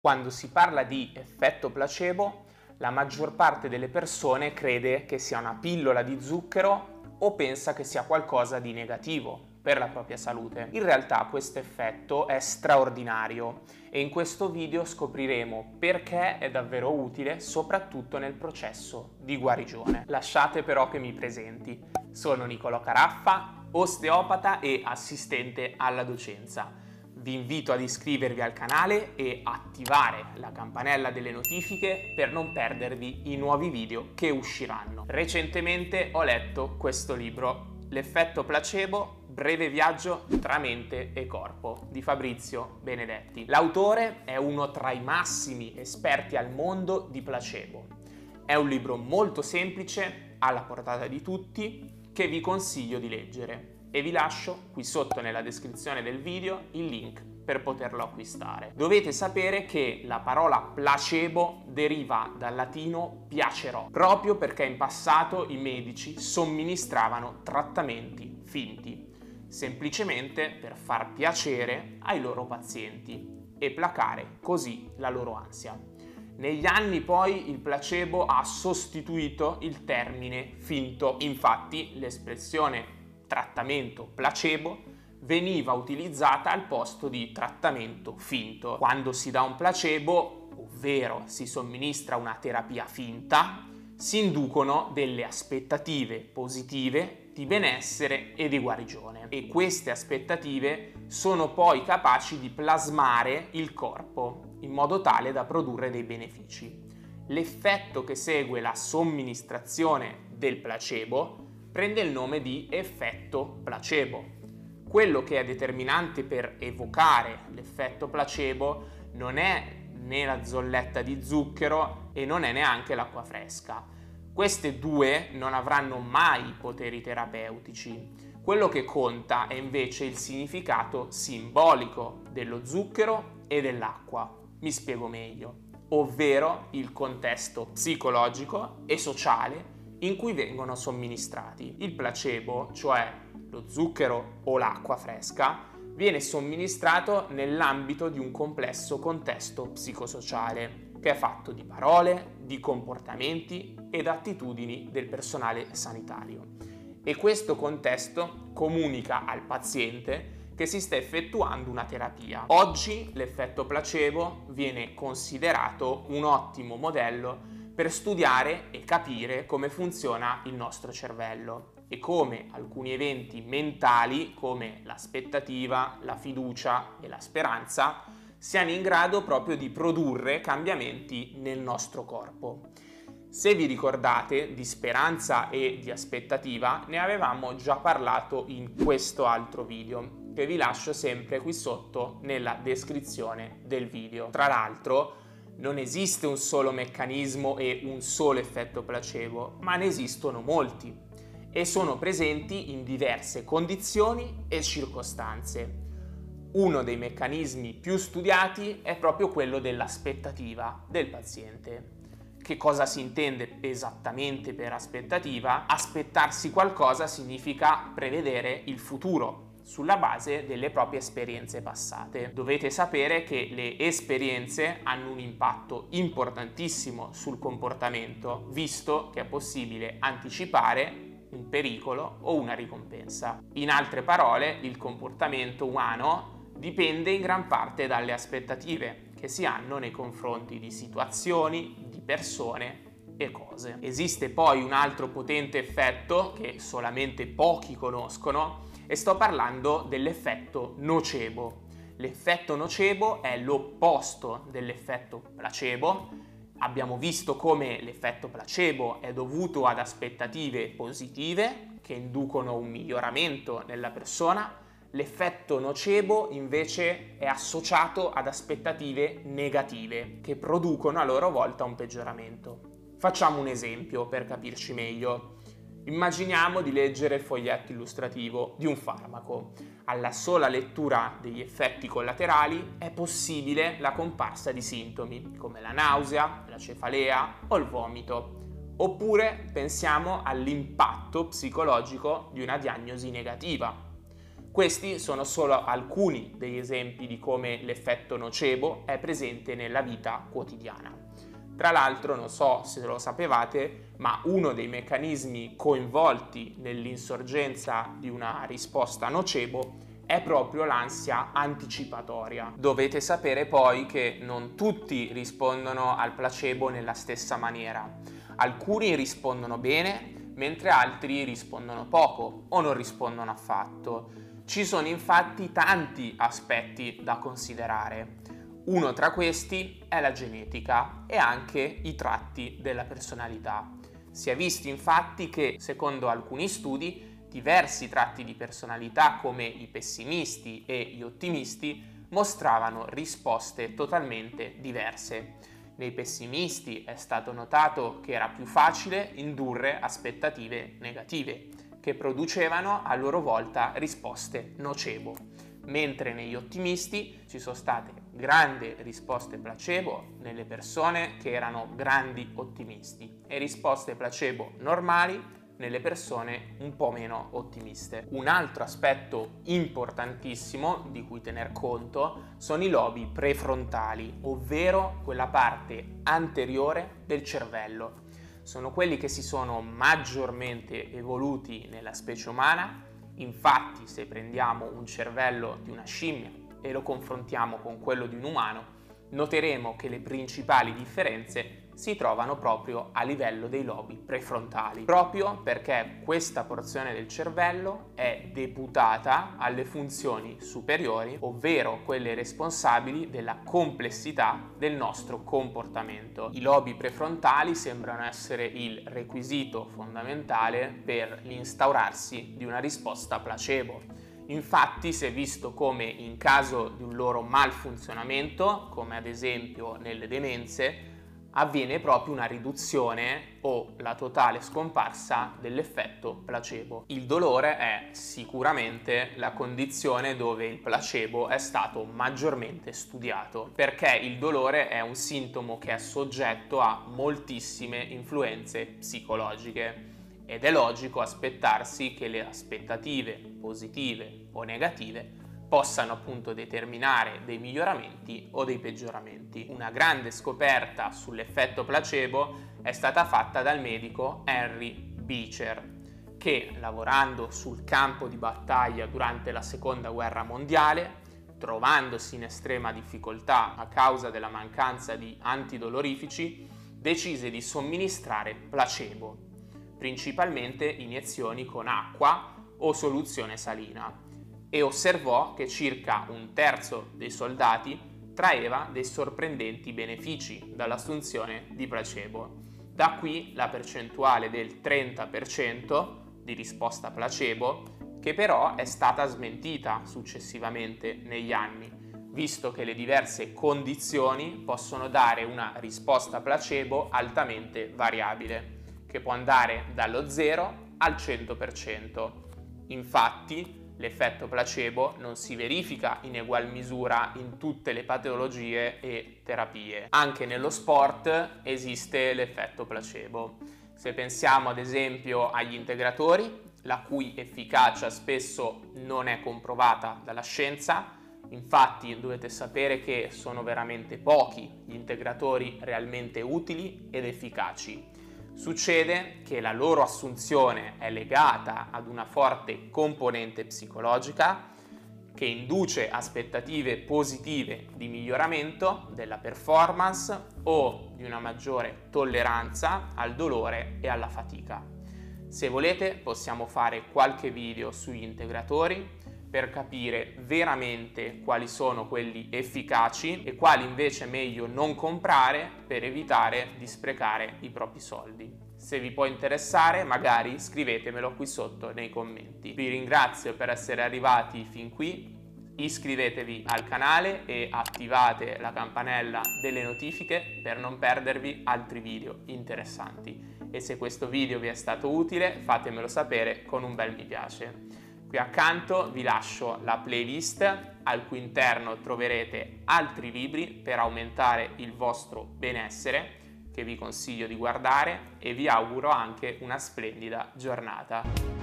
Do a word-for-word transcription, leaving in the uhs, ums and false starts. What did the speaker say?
Quando si parla di effetto placebo, la maggior parte delle persone crede che sia una pillola di zucchero o pensa che sia qualcosa di negativo per la propria salute. In realtà questo effetto è straordinario e in questo video scopriremo perché è davvero utile, soprattutto nel processo di guarigione. Lasciate però che mi presenti. Sono Nicolò Caraffa, osteopata e assistente alla docenza. Vi invito ad iscrivervi al canale e attivare la campanella delle notifiche per non perdervi i nuovi video che usciranno. Recentemente ho letto questo libro, L'effetto placebo, breve viaggio tra mente e corpo, di Fabrizio Benedetti. L'autore è uno tra i massimi esperti al mondo di placebo. È un libro molto semplice, alla portata di tutti, che vi consiglio di leggere. E vi lascio qui sotto nella descrizione del video il link per poterlo acquistare. Dovete sapere che la parola placebo deriva dal latino piacerò, proprio perché in passato i medici somministravano trattamenti finti, semplicemente per far piacere ai loro pazienti e placare così la loro ansia. Negli anni poi il placebo ha sostituito il termine finto, infatti l'espressione trattamento placebo veniva utilizzata al posto di trattamento finto. Quando si dà un placebo, ovvero si somministra una terapia finta, si inducono delle aspettative positive di benessere e di guarigione e queste aspettative sono poi capaci di plasmare il corpo in modo tale da produrre dei benefici. L'effetto che segue la somministrazione del placebo prende il nome di effetto placebo. Quello che è determinante per evocare l'effetto placebo non è né la zolletta di zucchero e non è neanche l'acqua fresca. Queste due non avranno mai poteri terapeutici. Quello che conta è invece il significato simbolico dello zucchero e dell'acqua. Mi spiego meglio, ovvero il contesto psicologico e sociale in cui vengono somministrati. Il placebo, cioè lo zucchero o l'acqua fresca, viene somministrato nell'ambito di un complesso contesto psicosociale che è fatto di parole, di comportamenti ed attitudini del personale sanitario. E questo contesto comunica al paziente che si sta effettuando una terapia. Oggi l'effetto placebo viene considerato un ottimo modello per studiare e capire come funziona il nostro cervello e come alcuni eventi mentali come l'aspettativa, la fiducia e la speranza siano in grado proprio di produrre cambiamenti nel nostro corpo. Se vi ricordate, di speranza e di aspettativa ne avevamo già parlato in questo altro video, che vi lascio sempre qui sotto nella descrizione del video. Tra l'altro, non esiste un solo meccanismo e un solo effetto placebo, ma ne esistono molti e sono presenti in diverse condizioni e circostanze. Uno dei meccanismi più studiati è proprio quello dell'aspettativa del paziente. Che cosa si intende esattamente per aspettativa? Aspettarsi qualcosa significa prevedere il futuro sulla base delle proprie esperienze passate. Dovete sapere che le esperienze hanno un impatto importantissimo sul comportamento, visto che è possibile anticipare un pericolo o una ricompensa. In altre parole, il comportamento umano dipende in gran parte dalle aspettative che si hanno nei confronti di situazioni, di persone e cose. Esiste poi un altro potente effetto che solamente pochi conoscono e sto parlando dell'effetto nocebo. L'effetto nocebo è l'opposto dell'effetto placebo. Abbiamo visto come l'effetto placebo è dovuto ad aspettative positive che inducono un miglioramento nella persona. L'effetto nocebo invece è associato ad aspettative negative che producono a loro volta un peggioramento. Facciamo un esempio per capirci meglio. Immaginiamo di leggere il foglietto illustrativo di un farmaco. Alla sola lettura degli effetti collaterali è possibile la comparsa di sintomi come la nausea, la cefalea o il vomito. Oppure pensiamo all'impatto psicologico di una diagnosi negativa, Questi sono solo alcuni degli esempi di come l'effetto nocebo è presente nella vita quotidiana. Tra l'altro, non so se lo sapevate, ma uno dei meccanismi coinvolti nell'insorgenza di una risposta nocebo è proprio l'ansia anticipatoria. Dovete sapere poi che non tutti rispondono al placebo nella stessa maniera. Alcuni rispondono bene, mentre altri rispondono poco o non rispondono affatto. Ci sono infatti tanti aspetti da considerare. Uno tra questi è la genetica e anche i tratti della personalità. Si è visto infatti che, secondo alcuni studi, diversi tratti di personalità come i pessimisti e gli ottimisti mostravano risposte totalmente diverse. Nei pessimisti è stato notato che era più facile indurre aspettative negative, che producevano a loro volta risposte nocebo, mentre negli ottimisti ci sono state grandi risposte placebo nelle persone che erano grandi ottimisti e risposte placebo normali nelle persone un po' meno ottimiste. Un altro aspetto importantissimo di cui tener conto sono i lobi prefrontali, ovvero quella parte anteriore del cervello. Sono quelli che si sono maggiormente evoluti nella specie umana. Infatti, se prendiamo un cervello di una scimmia e lo confrontiamo con quello di un umano, noteremo che le principali differenze si trovano proprio a livello dei lobi prefrontali, proprio perché questa porzione del cervello è deputata alle funzioni superiori, ovvero quelle responsabili della complessità del nostro comportamento. I lobi prefrontali sembrano essere il requisito fondamentale per l'instaurarsi di una risposta placebo. Infatti si è visto come in caso di un loro malfunzionamento, come ad esempio nelle demenze, avviene proprio una riduzione o la totale scomparsa dell'effetto placebo. Il dolore è sicuramente la condizione dove il placebo è stato maggiormente studiato, perché il dolore è un sintomo che è soggetto a moltissime influenze psicologiche. Ed è logico aspettarsi che le aspettative positive o negative possano appunto determinare dei miglioramenti o dei peggioramenti. Una grande scoperta sull'effetto placebo è stata fatta dal medico Henry Beecher, che lavorando sul campo di battaglia durante la seconda guerra mondiale, trovandosi in estrema difficoltà a causa della mancanza di antidolorifici, decise di somministrare placebo, principalmente iniezioni con acqua o soluzione salina, e osservò che circa un terzo dei soldati traeva dei sorprendenti benefici dall'assunzione di placebo. Da qui la percentuale del trenta per cento di risposta placebo, che però è stata smentita successivamente negli anni, visto che le diverse condizioni possono dare una risposta placebo altamente variabile, che può andare dallo zero al cento per cento. Infatti, l'effetto placebo non si verifica in egual misura in tutte le patologie e terapie. Anche nello sport esiste l'effetto placebo. Se pensiamo ad esempio agli integratori, la cui efficacia spesso non è comprovata dalla scienza, infatti dovete sapere che sono veramente pochi gli integratori realmente utili ed efficaci. Succede che la loro assunzione è legata ad una forte componente psicologica che induce aspettative positive di miglioramento della performance o di una maggiore tolleranza al dolore e alla fatica. Se volete possiamo fare qualche video sugli integratori per capire veramente quali sono quelli efficaci e quali invece è meglio non comprare per evitare di sprecare i propri soldi. Se vi può interessare, magari scrivetemelo qui sotto nei commenti. Vi ringrazio per essere arrivati fin qui, iscrivetevi al canale e attivate la campanella delle notifiche per non perdervi altri video interessanti. E se questo video vi è stato utile, fatemelo sapere con un bel mi piace. Qui accanto vi lascio la playlist al cui interno troverete altri libri per aumentare il vostro benessere che vi consiglio di guardare e vi auguro anche una splendida giornata.